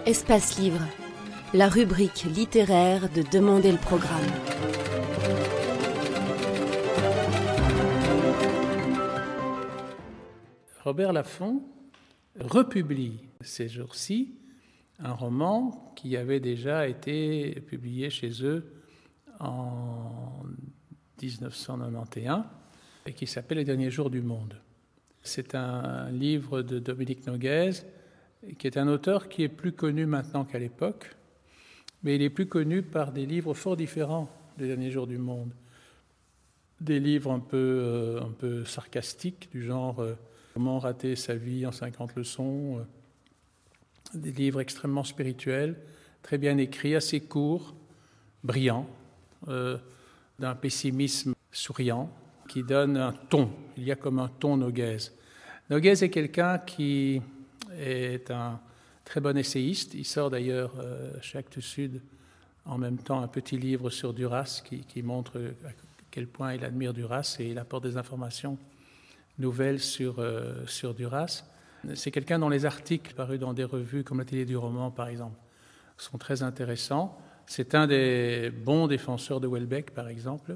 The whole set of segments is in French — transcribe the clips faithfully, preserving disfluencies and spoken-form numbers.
Espace Livre, la rubrique littéraire de Demander le programme. Robert Laffont republie ces jours-ci un roman qui avait déjà été publié chez eux en dix-neuf cent quatre-vingt-onze et qui s'appelle « Les derniers jours du monde ». C'est un livre de Dominique Noguez, qui est un auteur qui est plus connu maintenant qu'à l'époque, mais il est plus connu par des livres fort différents des derniers jours du monde. Des livres un peu, euh, un peu sarcastiques, du genre euh, « Comment rater sa vie en cinquante leçons », euh, des livres extrêmement spirituels, très bien écrits, assez courts, brillants, euh, d'un pessimisme souriant, qui donne un ton. Il y a comme un ton Noguez. Noguez est quelqu'un qui est un très bon essayiste. Il sort d'ailleurs euh, chez Actes Sud en même temps un petit livre sur Duras qui, qui montre à quel point il admire Duras et il apporte des informations nouvelles sur, euh, sur Duras. C'est quelqu'un dont les articles parus dans des revues comme l'Atelier du roman, par exemple, sont très intéressants. C'est un des bons défenseurs de Houellebecq, par exemple.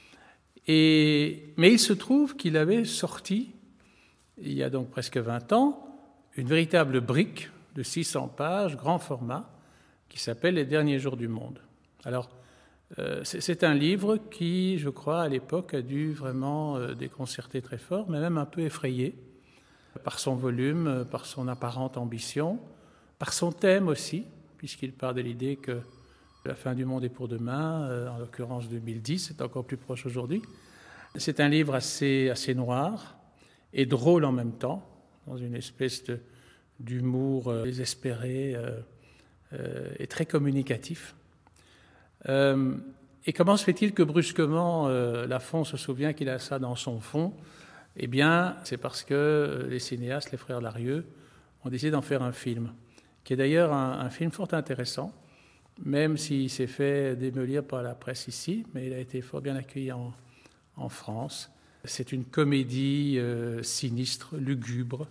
Et, mais il se trouve qu'il avait sorti, il y a donc presque vingt ans, une véritable brique de six cents pages, grand format, qui s'appelle « Les derniers jours du monde ». Alors, euh, c'est, c'est un livre qui, je crois, à l'époque, a dû vraiment euh, déconcerter très fort, mais même un peu effrayer, par son volume, par son apparente ambition, par son thème aussi, puisqu'il part de l'idée que la fin du monde est pour demain, euh, en l'occurrence deux mille dix, c'est encore plus proche aujourd'hui. C'est un livre assez, assez noir et drôle en même temps, dans une espèce de, d'humour euh, désespéré euh, euh, et très communicatif. Euh, et comment se fait-il que brusquement, euh, Laffont se souvient qu'il a ça dans son fond ? Eh bien, c'est parce que les cinéastes, les frères Larieux, ont décidé d'en faire un film, qui est d'ailleurs un, un film fort intéressant, même s'il s'est fait démolir par la presse ici, mais il a été fort bien accueilli en, en France. C'est une comédie euh, sinistre, lugubre,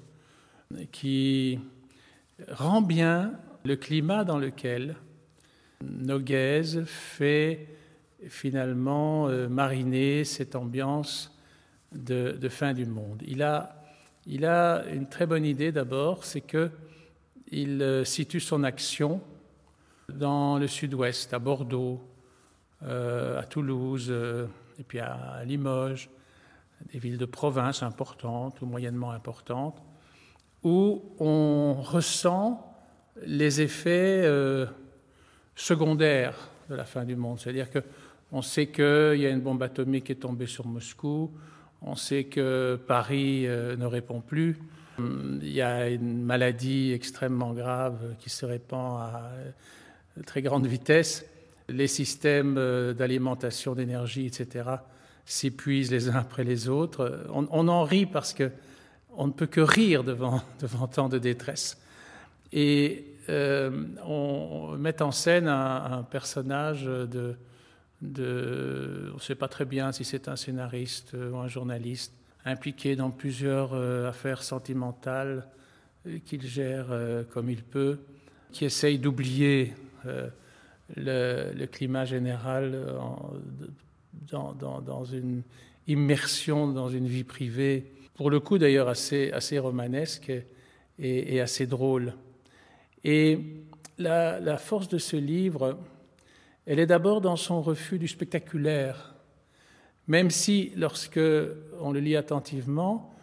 qui rend bien le climat dans lequel Noguez fait finalement euh, mariner cette ambiance de, de fin du monde. Il a, il a une très bonne idée d'abord, c'est qu'il euh, situe son action dans le sud-ouest, à Bordeaux, euh, à Toulouse, euh, et puis à, à Limoges, des villes de province importantes ou moyennement importantes, où on ressent les effets euh, secondaires de la fin du monde. C'est-à-dire qu'on sait qu'il y a une bombe atomique qui est tombée sur Moscou, on sait que Paris euh, ne répond plus, il y a une maladie extrêmement grave qui se répand à très grande vitesse, les systèmes d'alimentation d'énergie, et cetera, s'épuisent les uns après les autres. On, on en rit parce qu'on ne peut que rire devant, devant tant de détresse. Et euh, on met en scène un, un personnage de, de... On ne sait pas très bien si c'est un scénariste ou un journaliste, impliqué dans plusieurs euh, affaires sentimentales euh, qu'il gère euh, comme il peut, qui essaye d'oublier Euh, le, le climat général en, dans, dans, dans une immersion dans une vie privée, pour le coup d'ailleurs assez, assez romanesque et, et, et assez drôle. Et la, la force de ce livre, elle est d'abord dans son refus du spectaculaire, même si, lorsque on le lit attentivement,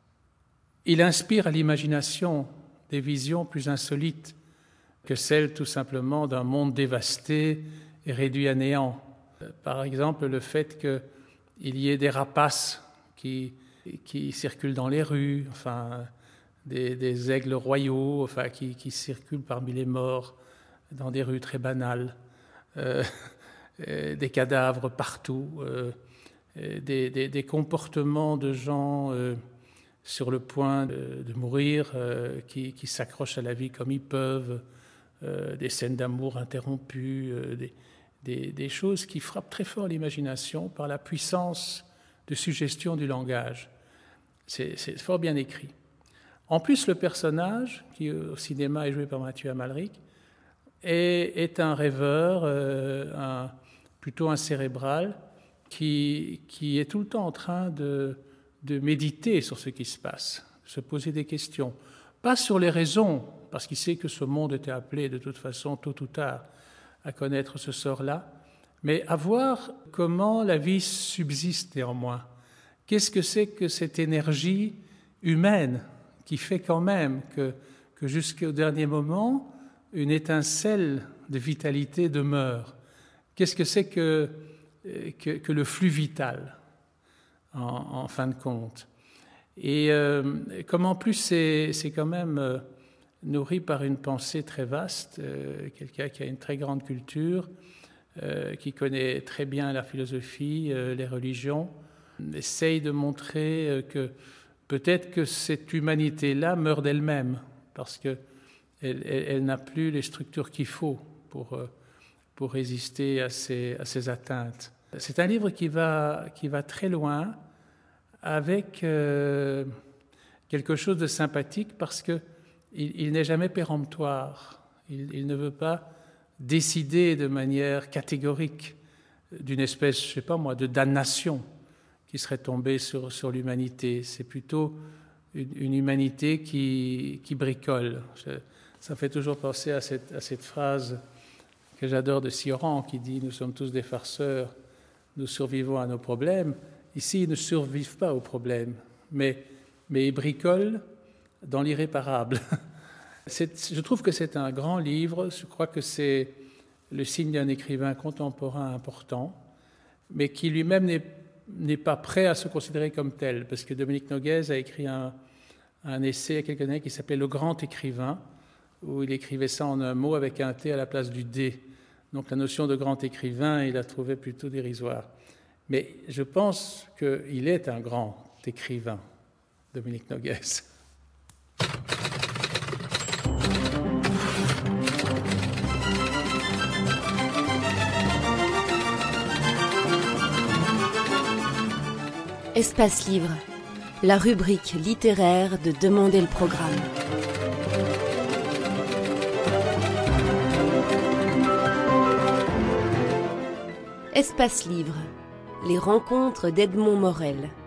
il inspire à l'imagination des visions plus insolites que celle tout simplement d'un monde dévasté et réduit à néant. Par exemple, le fait qu'il y ait des rapaces qui, qui circulent dans les rues, enfin, des, des aigles royaux enfin, qui, qui circulent parmi les morts dans des rues très banales, euh, des cadavres partout, euh, des, des, des comportements de gens euh, sur le point de, de mourir, euh, qui, qui s'accrochent à la vie comme ils peuvent, Euh, des scènes d'amour interrompues, euh, des, des, des choses qui frappent très fort l'imagination par la puissance de suggestion du langage. C'est, c'est fort bien écrit. En plus, le personnage, qui au cinéma est joué par Mathieu Amalric, est, est un rêveur, euh, un, plutôt un cérébral, qui, qui est tout le temps en train de, de méditer sur ce qui se passe, de se poser des questions. Pas sur les raisons, parce qu'il sait que ce monde était appelé de toute façon, tôt ou tard, à connaître ce sort-là, mais à voir comment la vie subsiste néanmoins. Qu'est-ce que c'est que cette énergie humaine qui fait quand même que, que jusqu'au dernier moment, une étincelle de vitalité demeure? Qu'est-ce que c'est que, que, que le flux vital, en, en fin de compte? Et euh, comme en plus c'est, c'est quand même euh, nourri par une pensée très vaste, euh, quelqu'un qui a une très grande culture, euh, qui connaît très bien la philosophie, euh, les religions, essaye de montrer euh, que peut-être que cette humanité-là meurt d'elle-même, parce qu'elle elle, elle n'a plus les structures qu'il faut pour, euh, pour résister à ces, à ces atteintes. C'est un livre qui va, qui va très loin, avec euh, quelque chose de sympathique, parce qu'il il n'est jamais péremptoire. Il, il ne veut pas décider de manière catégorique d'une espèce, je ne sais pas moi, de damnation qui serait tombée sur, sur l'humanité. C'est plutôt une, une humanité qui, qui bricole. Je, ça me fait toujours penser à cette, à cette phrase que j'adore de Cioran, qui dit « Nous sommes tous des farceurs, nous survivons à nos problèmes ». Ici, ils ne survivent pas aux problèmes, mais, mais ils bricolent dans l'irréparable. C'est, je trouve que c'est un grand livre. Je crois que c'est le signe d'un écrivain contemporain important, mais qui lui-même n'est, n'est pas prêt à se considérer comme tel, parce que Dominique Noguès a écrit un, un essai il y a quelques années qui s'appelait « Le grand écrivain », où il écrivait ça en un mot avec un T à la place du D. Donc la notion de grand écrivain, il la trouvait plutôt dérisoire. Mais je pense qu'il est un grand écrivain, Dominique Noguès. Espace Livre, la rubrique littéraire de Demander le programme. Espace Livre, les rencontres d'Edmond Morel.